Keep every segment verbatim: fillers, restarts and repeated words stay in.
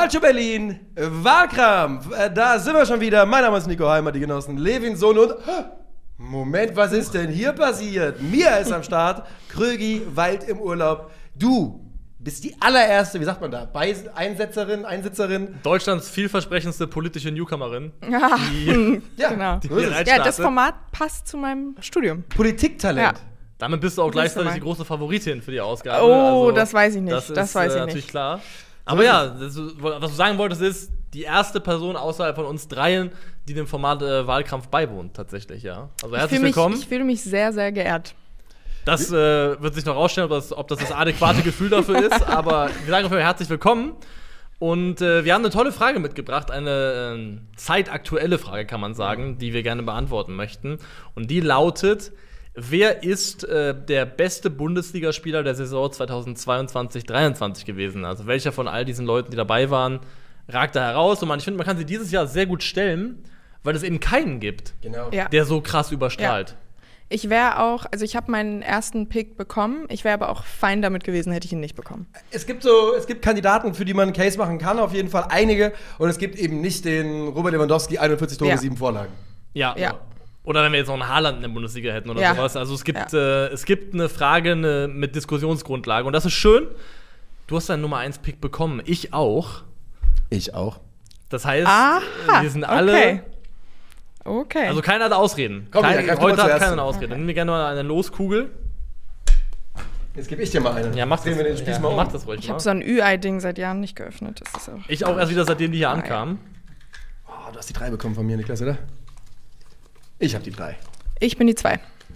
Calcio Berlin, Wahlkampf. Da sind wir schon wieder. Mein Name ist Nico Heimer, die Genossen Levinson und... Moment, was ist denn hier passiert? Mia ist am Start, Krögi, Wald im Urlaub. Du bist die allererste, wie sagt man da, Beis- Einsetzerin, Einsitzerin? Deutschlands vielversprechendste politische Newcomerin. Ja, Die, Ja, genau. die so ist es. Ja, das Format passt zu meinem Studium. Politiktalent. Ja. Damit bist du auch Das gleichzeitig ist die normal. große Favoritin für die Ausgabe. Oh, das weiß ich nicht. Das, Das ist weiß äh, ich natürlich nicht. klar. Aber ja, das, was du sagen wolltest, ist, die erste Person außerhalb von uns dreien, die dem Format äh, Wahlkampf beiwohnt, tatsächlich, ja. Also Ich herzlich fühle mich, willkommen. ich fühle mich sehr, sehr geehrt. Das äh, wird sich noch rausstellen, ob das, ob das das adäquate Gefühl dafür ist. Aber wir sagen auf jeden Fall herzlich willkommen. Und äh, wir haben eine tolle Frage mitgebracht, eine äh, zeitaktuelle Frage, kann man sagen, die wir gerne beantworten möchten. Und die lautet: Wer ist äh, der beste Bundesligaspieler der Saison zweitausendzweiundzwanzig dreiundzwanzig gewesen? Also welcher von all diesen Leuten, die dabei waren, ragt da heraus? Und man, ich finde, man kann sie dieses Jahr sehr gut stellen, weil es eben keinen gibt, Genau. Ja. der so krass überstrahlt. Ich wäre auch, also ich habe meinen ersten Pick bekommen, ich wäre aber auch fein damit gewesen, hätte ich ihn nicht bekommen. Es gibt so, es gibt Kandidaten, für die man einen Case machen kann, auf jeden Fall einige. Und es gibt eben nicht den Robert Lewandowski, einundvierzig Tore, Ja. sieben Vorlagen. Ja. Ja. Oder wenn wir jetzt noch einen Haaland in der Bundesliga hätten oder Ja. sowas. Also es gibt, Ja. äh, es gibt eine Frage eine, mit Diskussionsgrundlage. Und das ist schön. Du hast deinen Nummer eins Pick bekommen. Ich auch. Ich auch. Das heißt, Aha, wir sind alle. okay. Okay. Also keiner hat Ausreden. Komm, Kein, Mia, greif du heute mal hat zuerst. keiner eine Ausrede. Okay. Nimm mir gerne mal eine Loskugel. Jetzt gebe ich dir mal eine. Ja, mach Drehen das, wir den Spieß ja, mal um. mach das ruhig ich mal. habe so ein Ü-Ei-Ding seit Jahren nicht geöffnet. Das ist auch Ich auch erst wieder, seitdem die hier Ah, ja. ankamen. Oh, du hast die drei bekommen von mir, Niklas, oder? Ich habe die drei. Ich bin die zwei.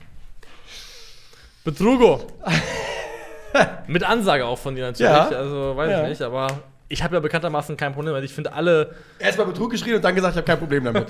Betrugo. Mit Ansage auch von dir natürlich. Ja. Also weiß Ja. ich nicht, aber ich habe ja bekanntermaßen kein Problem, weil ich finde alle. Erst mal Betrug geschrien und dann gesagt, ich habe kein Problem damit.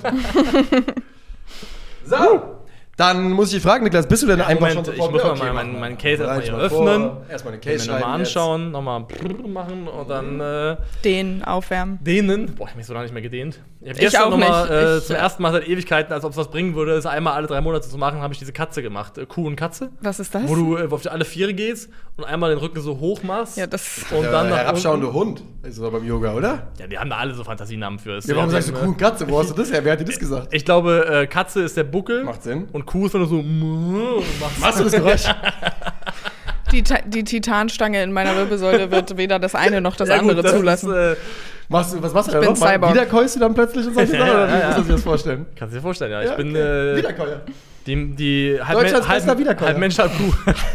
So, dann muss ich dich fragen, Niklas, bist du denn Ja, einfach Moment, schon ich sofort muss mal Okay, meinen mach mein, mal. mein Case Bereit, erstmal hier mal öffnen. vor. Erstmal den Mir Case schreiben nochmal jetzt. anschauen, nochmal machen und dann äh, Den aufwärmen. dehnen. Boah, ich hab mich so lange nicht mehr gedehnt. Ich habe Ich gestern auch nochmal nicht. äh, Ich, zum ja. ersten Mal seit Ewigkeiten, als ob es was bringen würde, es einmal alle drei Monate zu machen, habe ich diese Katze gemacht. Äh, Kuh und Katze. Was ist das? Wo du äh, auf die alle Viere gehst und einmal den Rücken so hoch machst. Ja, das. und Der dann nach herabschauende unten. Hund ist aber beim Yoga, oder? Ja, die haben da alle so Fantasienamen für. Ja, warum sagst du ne? Kuh und Katze? Wo hast du das her? Wer hat dir das gesagt? Ich glaube, äh, Katze ist der Buckel. Macht Sinn. Und Kuh ist, wenn du so machst. Machst du das Geräusch? Die, Ta- die Titanstange in meiner Wirbelsäule wird weder das eine noch das Ja, gut, andere das zulassen. Ist, äh, Machst du, was machst du da bin noch? Mal Cyborg. Wiederkäust du dann plötzlich und solche Ja, Sachen? Oder ja, wie ja. muss man sich das vorstellen? kannst du dir vorstellen, ja. Ja, Ich bin okay. äh, Wiederkäuer. die, die halb, Deutschlands halb, bester Wiederkäuer. halb Mensch, halb Kuh.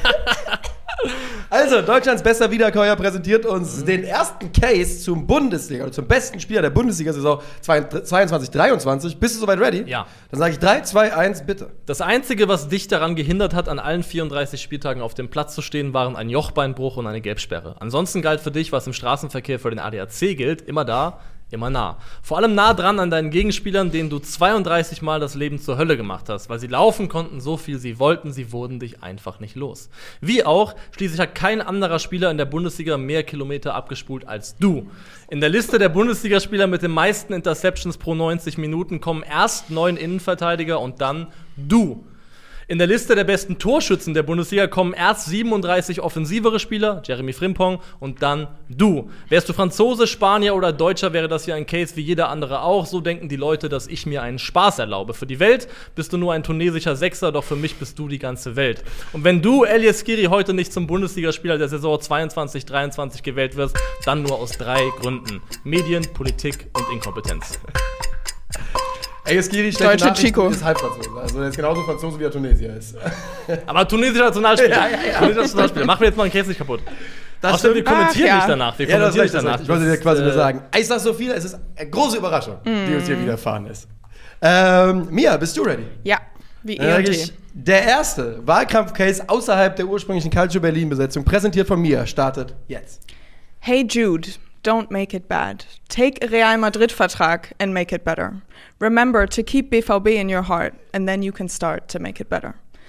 Also, Deutschlands bester Wiederkäuer präsentiert uns den ersten Case zum Bundesliga, oder zum besten Spieler der Bundesliga-Saison zweiundzwanzig dreiundzwanzig. Bist du soweit ready? Ja. Dann sage ich drei, zwei, eins, bitte. Das Einzige, was dich daran gehindert hat, an allen vierunddreißig Spieltagen auf dem Platz zu stehen, waren ein Jochbeinbruch und eine Gelbsperre. Ansonsten galt für dich, was im Straßenverkehr für den A D A C gilt, immer da, immer nah. Vor allem nah dran an deinen Gegenspielern, denen du zweiunddreißig Mal das Leben zur Hölle gemacht hast, weil sie laufen konnten, so viel sie wollten, sie wurden dich einfach nicht los. Wie auch, schließlich hat kein anderer Spieler in der Bundesliga mehr Kilometer abgespult als du. In der Liste der Bundesligaspieler mit den meisten Interceptions pro neunzig Minuten kommen erst neun Innenverteidiger und dann du. In der Liste der besten Torschützen der Bundesliga kommen erst siebenunddreißig offensivere Spieler, Jeremy Frimpong, und dann du. Wärst du Franzose, Spanier oder Deutscher, wäre das hier ein Case wie jeder andere auch. So denken die Leute, dass ich mir einen Spaß erlaube. Für die Welt bist du nur ein tunesischer Sechser, doch für mich bist du die ganze Welt. Und wenn du, Elias Skiri, heute nicht zum Bundesligaspieler der Saison zweiundzwanzig dreiundzwanzig gewählt wirst, dann nur aus drei Gründen: Medien, Politik und Inkompetenz. Ey, Skiri, Deutsche Chico. ist Halbfranzose. Also, er ist genauso Franzose, wie er Tunesier ist. Aber tunesischer Nationalspieler. Ja, ja, ja. Tunesischer Nationalspieler. Machen wir jetzt mal einen Case nicht kaputt. Das Außerdem, wir stimmt. kommentieren Ach, nicht ja. danach. Wir Ja, das kommentieren ist nicht recht, das danach. ist recht. Ich wollte dir Das ist, quasi nur äh, sagen. Ich sag so viel, es ist eine große Überraschung, die uns hier widerfahren ist. Ähm, Mia, bist du ready? Ja, wie Dann E sag und ich, T. der erste Wahlkampf-Case außerhalb der ursprünglichen Calcio Berlin-Besetzung, präsentiert von Mia, startet jetzt. Hey Jude, don't make it bad. Take a Real Madrid-Vertrag and make it better. Remember to keep B V B in your heart and then you can start to make it better.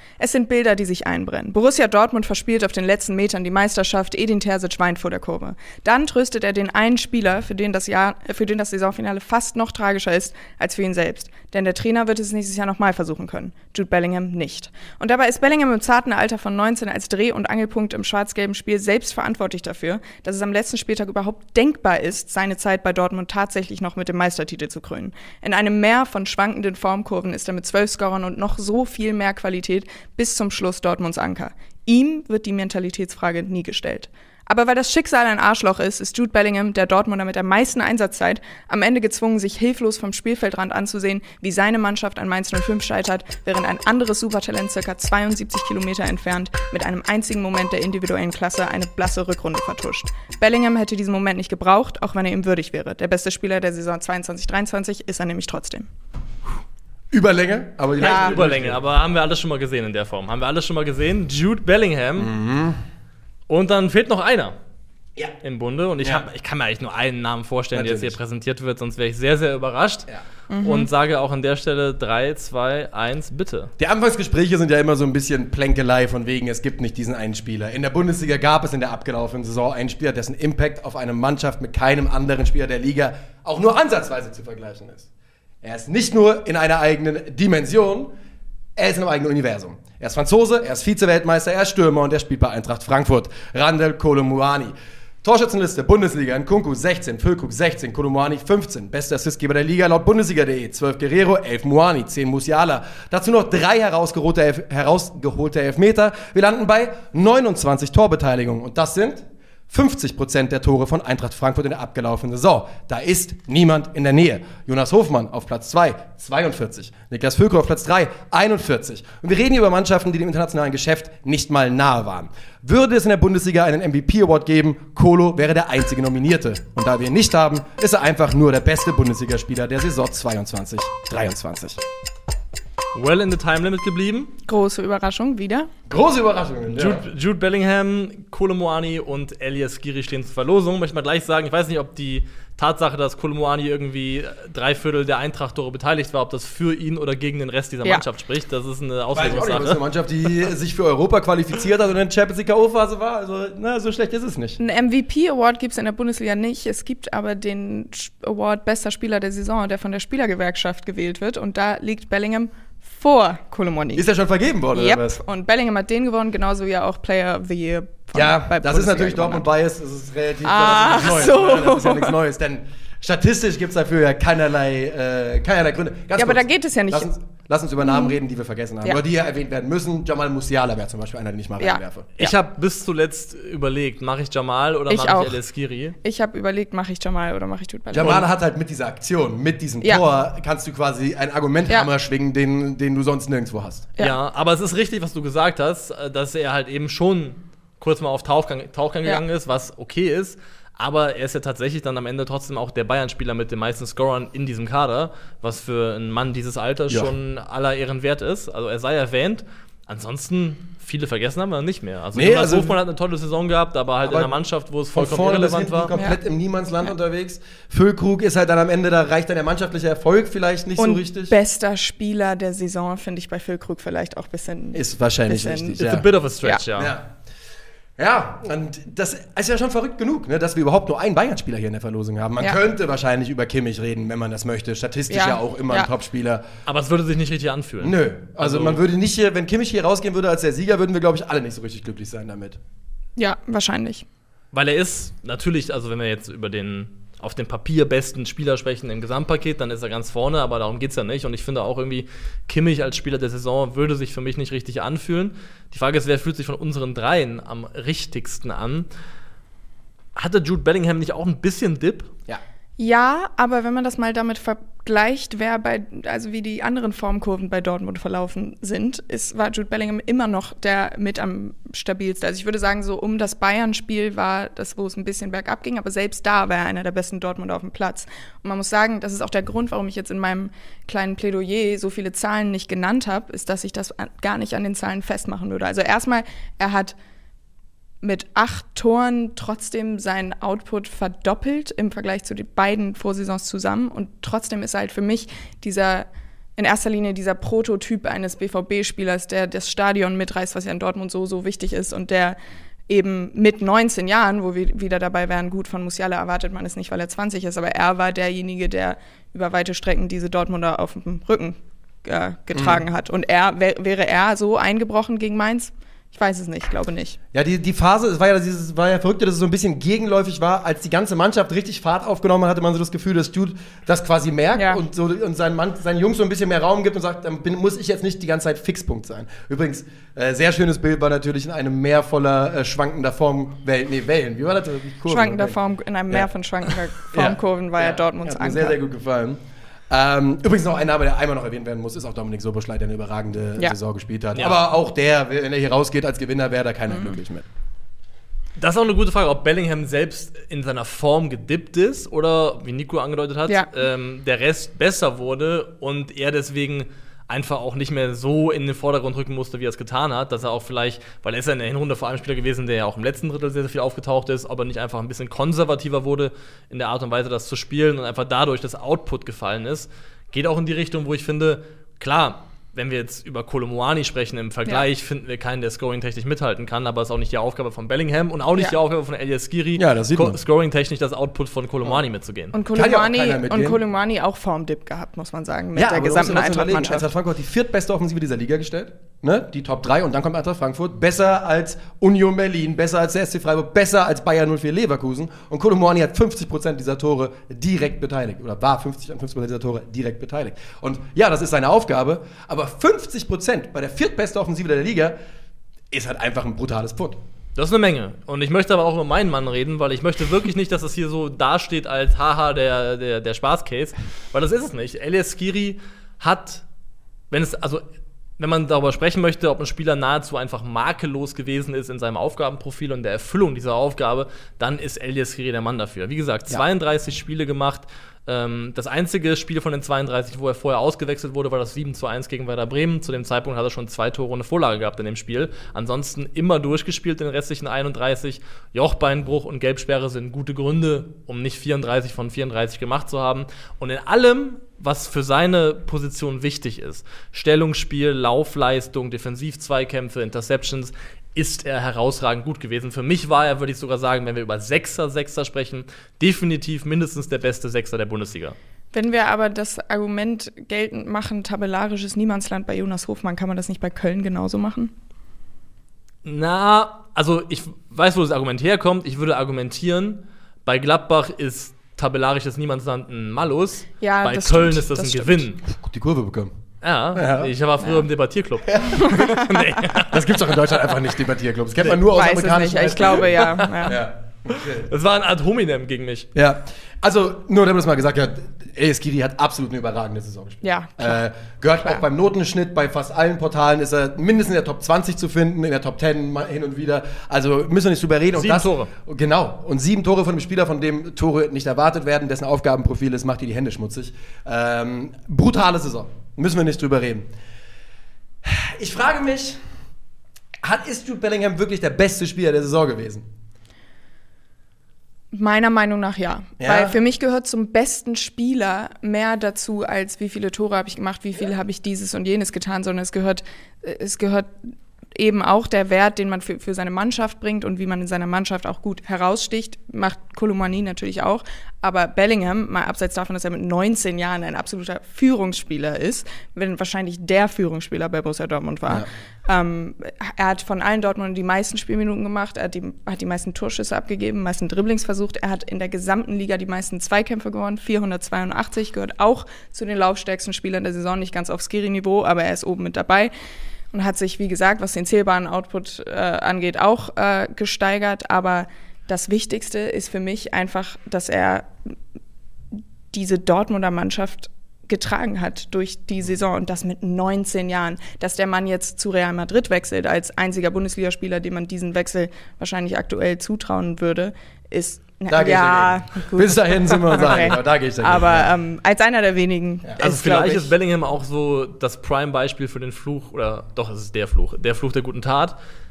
Es sind Bilder, die sich einbrennen. Borussia Dortmund verspielt auf den letzten Metern die Meisterschaft, Edin Terzic weint vor der Kurve. Dann tröstet er den einen Spieler, für den das Jahr, für den das Saisonfinale fast noch tragischer ist als für ihn selbst. Denn der Trainer wird es nächstes Jahr nochmal versuchen können. Jude Bellingham nicht. Und dabei ist Bellingham im zarten Alter von neunzehn als Dreh- und Angelpunkt im schwarz-gelben Spiel selbst verantwortlich dafür, dass es am letzten Spieltag überhaupt denkbar ist, seine Zeit bei Dortmund tatsächlich noch mit dem Meistertitel zu krönen. In einem Meer von schwankenden Formkurven ist er mit zwölf Scorern und noch so viel mehr Qualität bis zum Schluss Dortmunds Anker. Ihm wird die Mentalitätsfrage nie gestellt. Aber weil das Schicksal ein Arschloch ist, ist Jude Bellingham, der Dortmunder mit der meisten Einsatzzeit, am Ende gezwungen, sich hilflos vom Spielfeldrand anzusehen, wie seine Mannschaft an Mainz null fünf scheitert, während ein anderes Supertalent ca. zweiundsiebzig Kilometer entfernt mit einem einzigen Moment der individuellen Klasse eine blasse Rückrunde vertuscht. Bellingham hätte diesen Moment nicht gebraucht, auch wenn er ihm würdig wäre. Der beste Spieler der Saison zweiundzwanzig dreiundzwanzig ist er nämlich trotzdem. Überlänge, aber die Ja, Überlänge, aber haben wir alles schon mal gesehen in der Form. Haben wir alles schon mal gesehen. Jude Bellingham. Mhm. Und dann fehlt noch einer ja. im Bunde. Und ich, ja. hab, ich kann mir eigentlich nur einen Namen vorstellen, Natürlich. der jetzt hier präsentiert wird, sonst wäre ich sehr, sehr überrascht. Ja. Mhm. Und sage auch an der Stelle drei, zwei, eins, bitte. Die Anfangsgespräche sind ja immer so ein bisschen Plänkelei von wegen, es gibt nicht diesen einen Spieler. In der Bundesliga gab es in der abgelaufenen Saison einen Spieler, dessen Impact auf eine Mannschaft mit keinem anderen Spieler der Liga auch nur ansatzweise zu vergleichen ist. Er ist nicht nur in einer eigenen Dimension, er ist in einem eigenen Universum. Er ist Franzose, er ist Vize-Weltmeister, er ist Stürmer und er spielt bei Eintracht Frankfurt. Randal Kolo Muani. Torschützenliste Bundesliga: Nkunku sechzehn, Füllkrug sechzehn, Kolo Muani fünfzehn. Bester Assistgeber der Liga laut Bundesliga punkt de: zwölf Guerrero, elf Muani, zehn Musiala. Dazu noch drei herausgeholte, Elf- herausgeholte Elfmeter. Wir landen bei neunundzwanzig Torbeteiligungen. Und das sind fünfzig Prozent der Tore von Eintracht Frankfurt in der abgelaufenen Saison. Da ist niemand in der Nähe. Jonas Hofmann auf Platz zwei, zweiundvierzig. Niklas Füllkrug auf Platz drei, einundvierzig. Und wir reden hier über Mannschaften, die dem internationalen Geschäft nicht mal nahe waren. Würde es in der Bundesliga einen M V P-Award geben, Kolo wäre der einzige Nominierte. Und da wir ihn nicht haben, ist er einfach nur der beste Bundesligaspieler der Saison zweiundzwanzig dreiundzwanzig. Well in the time limit geblieben. Große Überraschung, wieder. Große Überraschungen. Ja. Jude, Jude Bellingham, Kolo Muani und Elias Giri stehen zur Verlosung. Möchte mal gleich sagen, ich weiß nicht, ob die Tatsache, dass Kolo Muani irgendwie drei Viertel der Eintracht-Tore beteiligt war, ob das für ihn oder gegen den Rest dieser Ja. Mannschaft spricht. Das ist eine Weiß ich auch nicht, das ist eine Auslegungssache. Mannschaft, die sich für Europa qualifiziert hat und in der Champions League K O-Phase war. Also, na, so schlecht ist es nicht. Einen M V P-Award gibt es in der Bundesliga nicht. Es gibt aber den Award Bester Spieler der Saison, der von der Spielergewerkschaft gewählt wird. Und da liegt Bellingham vor Kolo Muani. Ist ja schon vergeben worden, Yep. oder was? Und Bellingham hat den gewonnen, genauso wie er auch Player of the Year von Ja, bei das ist Bundesliga natürlich gewonnen Dortmund hat. Bias, das ist relativ Ach das ist nichts so. Neues. Ne? Das ist ja nichts Neues, denn statistisch gibt es dafür ja keinerlei, äh, keinerlei Gründe. Ganz Ja, aber kurz. da geht es ja nicht. Lass uns, lass uns über Namen reden, die wir vergessen haben, Ja. oder die hier erwähnt werden müssen. Jamal Musiala wäre zum Beispiel einer, den ich mal Ja. reinwerfe. Ich Ja. habe bis zuletzt überlegt, mache ich Jamal oder Ich mache auch. ich Elias Giri? Ich habe überlegt, mache ich Jamal oder mache ich Jude Bellingham. Jamal hat halt mit dieser Aktion, mit diesem Ja. Tor, kannst du quasi einen Argumenthammer Ja. schwingen, den, den du sonst nirgendwo hast. Ja. Ja. aber es ist richtig, was du gesagt hast, äh, dass er halt eben schon kurz mal auf Tauchgang, Tauchgang Ja. gegangen ist, was okay ist. Aber er ist ja tatsächlich dann am Ende trotzdem auch der Bayern-Spieler mit den meisten Scorern in diesem Kader, was für einen Mann dieses Alters Ja. schon aller Ehren wert ist. Also er sei erwähnt. Ansonsten, viele vergessen haben wir nicht mehr. Also Nee, Jonas also- Hofmann hat eine tolle Saison gehabt, aber halt Aber in einer Mannschaft, wo es Von vollkommen vorne bis irrelevant hinten war. komplett Ja. im Niemandsland unterwegs. Füllkrug ist halt dann am Ende, da reicht dann der mannschaftliche Erfolg vielleicht nicht Und so richtig. bester Spieler der Saison finde ich bei Füllkrug vielleicht auch ein bisschen. Ist wahrscheinlich Bisschen- richtig, It's ja. a bit of a stretch, ja. Ja. Ja, und das ist ja schon verrückt genug, ne, dass wir überhaupt nur einen Bayern-Spieler hier in der Verlosung haben. Man Ja. könnte wahrscheinlich über Kimmich reden, wenn man das möchte. Statistisch ja, Ja. auch immer Ja. ein Topspieler. Aber es würde sich nicht richtig anfühlen. Nö, also, Also- man würde nicht hier, wenn Kimmich hier rausgehen würde als der Sieger, würden wir, glaube ich, alle nicht so richtig glücklich sein damit. Ja, wahrscheinlich. Weil er ist natürlich, also wenn wir jetzt über den auf dem Papier besten Spieler sprechen im Gesamtpaket, dann ist er ganz vorne, aber darum geht's ja nicht. Und ich finde auch irgendwie, Kimmich als Spieler der Saison würde sich für mich nicht richtig anfühlen. Die Frage ist, wer fühlt sich von unseren dreien am richtigsten an? Hatte Jude Bellingham nicht auch ein bisschen Dip? Ja. Ja, aber wenn man das mal damit vergleicht, wer bei, also wie die anderen Formkurven bei Dortmund verlaufen sind, ist, war Jude Bellingham immer noch der mit am stabilsten. Also ich würde sagen, so um das Bayern-Spiel war das, wo es ein bisschen bergab ging, aber selbst da war er einer der besten Dortmunder auf dem Platz. Und man muss sagen, das ist auch der Grund, warum ich jetzt in meinem kleinen Plädoyer so viele Zahlen nicht genannt habe, ist, dass ich das an, gar nicht an den Zahlen festmachen würde. Also erstmal, er hat mit acht Toren trotzdem seinen Output verdoppelt im Vergleich zu den beiden Vorsaisons zusammen. Und trotzdem ist er halt für mich dieser in erster Linie dieser Prototyp eines B V B-Spielers, der das Stadion mitreißt, was ja in Dortmund so, so wichtig ist und der eben mit neunzehn Jahren, wo wir wieder dabei wären, gut, von Musiala erwartet man es nicht, weil er zwanzig ist, aber er war derjenige, der über weite Strecken diese Dortmunder auf dem Rücken äh, getragen mhm. hat. Und er wär, wäre er so eingebrochen gegen Mainz? Ich weiß es nicht, glaube nicht. Ja, die, die Phase, es war ja dieses, war ja verrückt, dass es so ein bisschen gegenläufig war. Als die ganze Mannschaft richtig Fahrt aufgenommen hat, hatte man so das Gefühl, dass Jude das quasi merkt ja. und, so, und seinen, Mann, seinen Jungs so ein bisschen mehr Raum gibt und sagt, dann bin, muss ich jetzt nicht die ganze Zeit Fixpunkt sein. Übrigens, äh, sehr schönes Bild war natürlich in einem Meer voller äh, schwankender Form, Wellen, nee, Wellen, wie war das? Kurven, schwankender Form, in einem Meer ja. von schwankender Formkurven war ja, ja Dortmunds Anker. Hat mir sehr, sehr gut gefallen. Ähm, übrigens noch ein Name, der einmal noch erwähnt werden muss, ist auch Dominik Soboschlei, der eine überragende ja. Saison gespielt hat. Ja. Aber auch der, wenn er hier rausgeht als Gewinner, wäre da keiner mhm. glücklich mit. Das ist auch eine gute Frage, ob Bellingham selbst in seiner Form gedippt ist oder, wie Nico angedeutet hat, ja. ähm, der Rest besser wurde und er deswegen einfach auch nicht mehr so in den Vordergrund rücken musste, wie er es getan hat, dass er auch vielleicht, weil er ist ja in der Hinrunde vor allem Spieler gewesen, der ja auch im letzten Drittel sehr, sehr viel aufgetaucht ist, aber nicht einfach ein bisschen konservativer wurde in der Art und Weise, das zu spielen und einfach dadurch das Output gefallen ist. Geht auch in die Richtung, wo ich finde, klar, wenn wir jetzt über Kolo Muani sprechen, im Vergleich ja. finden wir keinen, der scoring-technisch mithalten kann, aber es ist auch nicht die Aufgabe von Bellingham und auch nicht ja. die Aufgabe von El Skiri, ja, das sieht man. scoring-technisch das Output von Kolo Muani mitzugehen. Und Kolo Muani auch Formdip gehabt, muss man sagen, mit ja, der gesamten Eintracht-Mannschaft. Eintracht Frankfurt hat die viertbeste Offensive dieser Liga gestellt, ne? Die Top drei und dann kommt Eintracht Frankfurt, besser als Union Berlin, besser als der S C Freiburg, besser als Bayer null vier Leverkusen und Kolo Muani hat fünfzig Prozent dieser Tore direkt beteiligt oder war fünfzig an fünfzig Prozent dieser Tore direkt beteiligt. Und ja, das ist seine Aufgabe, aber fünfzig Prozent bei der viertbeste Offensive der Liga ist halt einfach ein brutales Pfund. Das ist eine Menge. Und ich möchte aber auch über meinen Mann reden, weil ich möchte wirklich nicht, dass das hier so dasteht als haha, der, der, der Spaßcase. Weil das ist es nicht. El Skiri hat, wenn es, also wenn man darüber sprechen möchte, ob ein Spieler nahezu einfach makellos gewesen ist in seinem Aufgabenprofil und der Erfüllung dieser Aufgabe, dann ist El Skiri der Mann dafür. Wie gesagt, zweiunddreißig ja. Spiele gemacht. Ähm, das einzige Spiel von den zweiunddreißig, wo er vorher ausgewechselt wurde, war das sieben zu eins gegen Werder Bremen. Zu dem Zeitpunkt hat er schon zwei Tore und eine Vorlage gehabt in dem Spiel. Ansonsten immer durchgespielt in den restlichen einunddreißig. Jochbeinbruch und Gelbsperre sind gute Gründe, um nicht vierunddreißig von vierunddreißig gemacht zu haben. Und in allem, was für seine Position wichtig ist, Stellungsspiel, Laufleistung, Defensiv-Zweikämpfe, Interceptions, ist er herausragend gut gewesen. Für mich war er, würde ich sogar sagen, wenn wir über Sechser, Sechser sprechen, definitiv mindestens der beste Sechser der Bundesliga. Wenn wir aber das Argument geltend machen, tabellarisches Niemandsland bei Jonas Hofmann, kann man das nicht bei Köln genauso machen? Na, also ich weiß, wo das Argument herkommt. Ich würde argumentieren, bei Gladbach ist tabellarisches Niemandsland ein Malus. Ja, bei Köln stimmt, ist das, das ein stimmt. Gewinn. Gut die Kurve bekommen. Ja, ja, ich war früher ja. im Debattierclub. Ja. Nee. Das gibt's doch in Deutschland einfach nicht, Debattierclubs. Das kennt man nur aus amerikanischen. Ich glaube, ja. ja. ja. Okay. Das war eine Art Hominem gegen mich. Ja, also nur damit es mal gesagt hat, El Skiri hat absolut eine überragende Saison gespielt. Ja, äh, gehört klar. Auch beim Notenschnitt, bei fast allen Portalen ist er mindestens in der Top zwanzig zu finden, in der Top zehn hin und wieder. Also müssen wir nicht drüber reden. Sieben und das, Tore. Genau, und sieben Tore von einem Spieler, von dem Tore nicht erwartet werden, dessen Aufgabenprofil ist, macht dir die Hände schmutzig. Ähm, brutale Saison, müssen wir nicht drüber reden. Ich frage mich, hat, ist Jude Bellingham wirklich der beste Spieler der Saison gewesen? Meiner Meinung nach ja. ja. Weil für mich gehört zum besten Spieler mehr dazu, als wie viele Tore habe ich gemacht, wie viel ja. habe ich dieses und jenes getan, sondern es gehört, es gehört eben auch der Wert, den man für, für seine Mannschaft bringt und wie man in seiner Mannschaft auch gut heraussticht, macht Kolo Muani natürlich auch. Aber Bellingham, mal abseits davon, dass er mit neunzehn Jahren ein absoluter Führungsspieler ist, wenn wahrscheinlich der Führungsspieler bei Borussia Dortmund war. Ja. Ähm, er hat von allen Dortmundern die meisten Spielminuten gemacht, er hat die, hat die meisten Torschüsse abgegeben, die meisten Dribblings versucht. Er hat in der gesamten Liga die meisten Zweikämpfe gewonnen, vierhundertzweiundachtzig, gehört auch zu den laufstärksten Spielern der Saison, nicht ganz auf Skiri-Niveau, aber er ist oben mit dabei. Und hat sich, wie gesagt, was den zählbaren Output äh, angeht, auch äh, gesteigert. Aber das Wichtigste ist für mich einfach, dass er diese Dortmunder Mannschaft getragen hat durch die Saison und das mit neunzehn Jahren. Dass der Mann jetzt zu Real Madrid wechselt, als einziger Bundesligaspieler, dem man diesen Wechsel wahrscheinlich aktuell zutrauen würde, ist Da ja, gut. Bis dahin sind wir uns einig, aber da gehe ich dagegen. Aber ähm, als einer der wenigen. Ja. Also ist, vielleicht ist Bellingham auch so das Prime-Beispiel für den Fluch, oder doch, es ist der Fluch, der Fluch der guten Tat.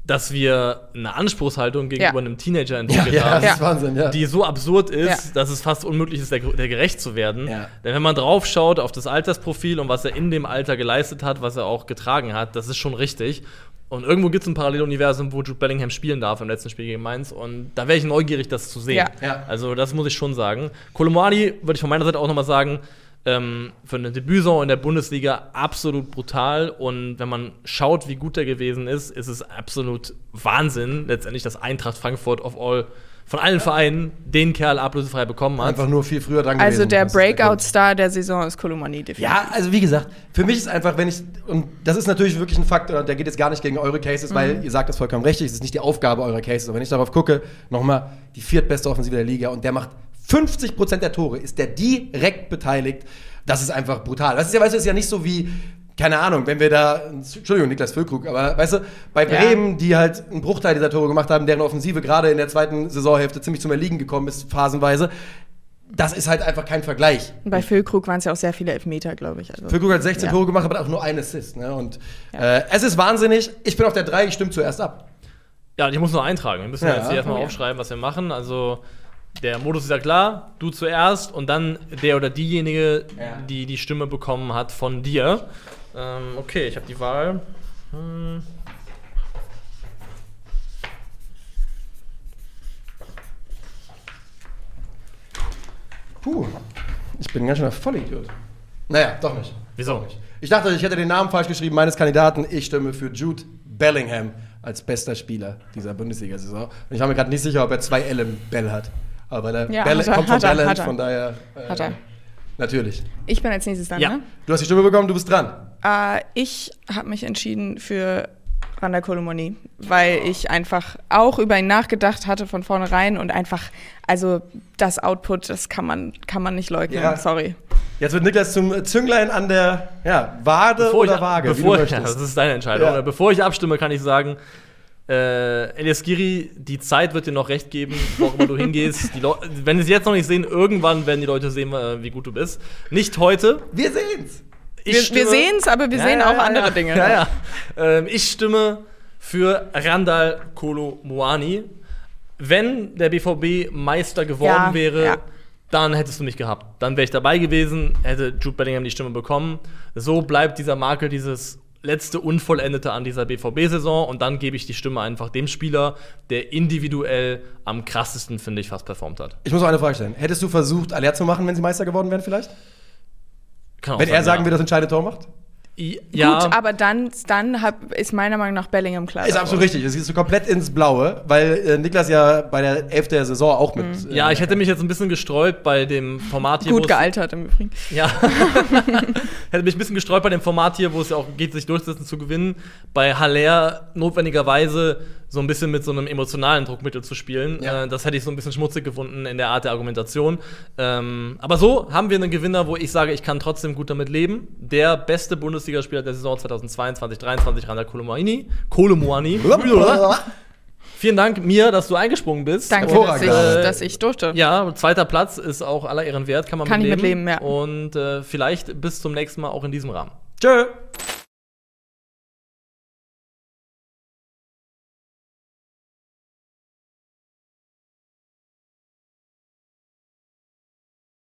dass wir eine Anspruchshaltung gegenüber Ja. einem Teenager Ja, entwickelt ja, haben, das ist Wahnsinn, ja. die so absurd ist, Ja. dass es fast unmöglich ist, der, der gerecht zu werden. Ja. Denn wenn man drauf schaut auf das Altersprofil und was er in dem Alter geleistet hat, was er auch getragen hat, das ist schon richtig. Und irgendwo gibt es ein Paralleluniversum, wo Jude Bellingham spielen darf im letzten Spiel gegen Mainz. Und da wäre ich neugierig, das zu sehen. Ja. Ja. Also das muss ich schon sagen. Kolo Muani würde ich von meiner Seite auch nochmal sagen, ähm, für eine Debütsaison in der Bundesliga absolut brutal. Und wenn man schaut, wie gut er gewesen ist, ist es absolut Wahnsinn, letztendlich, dass Eintracht Frankfurt of all, von allen Vereinen den Kerl ablösefrei bekommen hat. Einfach nur viel früher dran Also gewesen. der Das ist Grund. Breakout-Star der Saison ist Kolo Muani definitiv. Ja, also wie gesagt, für mich ist einfach, wenn ich, und das ist natürlich wirklich ein Fakt, der geht jetzt gar nicht gegen eure Cases, weil ihr sagt das vollkommen richtig, es ist nicht die Aufgabe eurer Cases, aber wenn ich darauf gucke, nochmal die viertbeste Offensive der Liga und der macht fünfzig Prozent der Tore, ist der direkt beteiligt, das ist einfach brutal. Das ist ja, weißt du, das ist ja nicht so wie, keine Ahnung, wenn wir da, Entschuldigung, Niklas Füllkrug, aber weißt du, bei Bremen, ja. die halt einen Bruchteil dieser Tore gemacht haben, deren Offensive gerade in der zweiten Saisonhälfte ziemlich zum Erliegen gekommen ist, phasenweise, das ist halt einfach kein Vergleich. Und bei Füllkrug waren es ja auch sehr viele Elfmeter, glaube ich. Also, Füllkrug hat sechzehn ja. Tore gemacht, aber auch nur ein Assist. Ne? Und Ja. äh, es ist wahnsinnig. Ich bin auf der drei, ich stimme zuerst ab. Ja, ich muss noch eintragen. Wir müssen Ja. jetzt hier erstmal Oh ja. aufschreiben, was wir machen. Also, der Modus ist ja klar, du zuerst und dann der oder diejenige, Ja. die die Stimme bekommen hat von dir. Ähm, okay, ich habe die Wahl. Hm. Puh, ich bin ein ganz schöner Vollidiot. Naja, doch nicht. Wieso? Doch nicht. Ich dachte, ich hätte den Namen falsch geschrieben meines Kandidaten. Ich stimme für Jude Bellingham als bester Spieler dieser Bundesliga-Saison. Und ich war mir gerade nicht sicher, ob er zwei L im Bell hat. Aber der Ja, Bell hat er, kommt von hat er, Belland, hat er. von daher. Äh, Hat er. Natürlich. Ich bin als nächstes dann, Ja. ne? Du hast die Stimme bekommen, du bist dran. Äh, ich habe mich entschieden für Randa Kolo Muani, weil ich einfach auch über ihn nachgedacht hatte von vornherein und einfach, also das Output, das kann man, kann man nicht leugnen, Ja. sorry. Jetzt wird Niklas zum Zünglein an der ja, Wade Bevor oder ich, Waage, bevor, wie du ich, ja, möchtest. das ist deine Entscheidung. Ja. Bevor ich abstimme, kann ich sagen, äh, Elias Giri, die Zeit wird dir noch recht geben, wo auch immer du hingehst. Die Leu- wenn sie es jetzt noch nicht sehen, irgendwann werden die Leute sehen, äh, wie gut du bist. Nicht heute. Wir sehen's. Ich Wir, stimme- wir sehen es, aber wir Ja, sehen ja, auch ja, andere ja. Dinge. Ja, ja. Ähm, ich stimme für Randal Kolo Muani. Wenn der B V B Meister geworden Ja, wäre, ja. dann hättest du mich gehabt. Dann wäre ich dabei gewesen, hätte Jude Bellingham die Stimme bekommen. So bleibt dieser Makel, dieses letzte Unvollendete an dieser B V B-Saison. Und dann gebe ich die Stimme einfach dem Spieler, der individuell am krassesten, finde ich, fast performt hat. Ich muss noch eine Frage stellen. Hättest du versucht, Aller zu machen, wenn sie Meister geworden wären vielleicht? Kann auch Wenn sein, er sagen ja. würde, das entscheidende Tor macht? I- Ja, Gut, aber dann, dann hab, ist meiner Meinung nach Bellingham klar. Ist absolut richtig. Es ist so komplett ins Blaue, weil äh, Niklas ja bei der Elf der Saison auch mit. Äh, ja, ich hätte mich jetzt ein bisschen gesträubt bei dem Format hier. wo Gut es- gealtert im Übrigen. Ja. Hätte mich ein bisschen gesträubt bei dem Format hier, wo es ja auch geht, sich durchsetzen zu gewinnen. Bei Haller notwendigerweise so ein bisschen mit so einem emotionalen Druckmittel zu spielen. Ja. Äh, das hätte ich so ein bisschen schmutzig gefunden in der Art der Argumentation. Ähm, aber so haben wir einen Gewinner, wo ich sage, ich kann trotzdem gut damit leben. Der beste Bundesligaspieler der Saison zweitausendzweiundzwanzig dreiundzwanzig, Randa Kolo Muani. Kolo Muani. Vielen Dank mir, dass du eingesprungen bist. Danke, dass Hervorragend. ich, Äh, dass ich durfte. Ja, zweiter Platz ist auch aller Ehren wert, kann man Kann ich mitleben. mitleben, ja. Und äh, vielleicht bis zum nächsten Mal auch in diesem Rahmen. Tschö.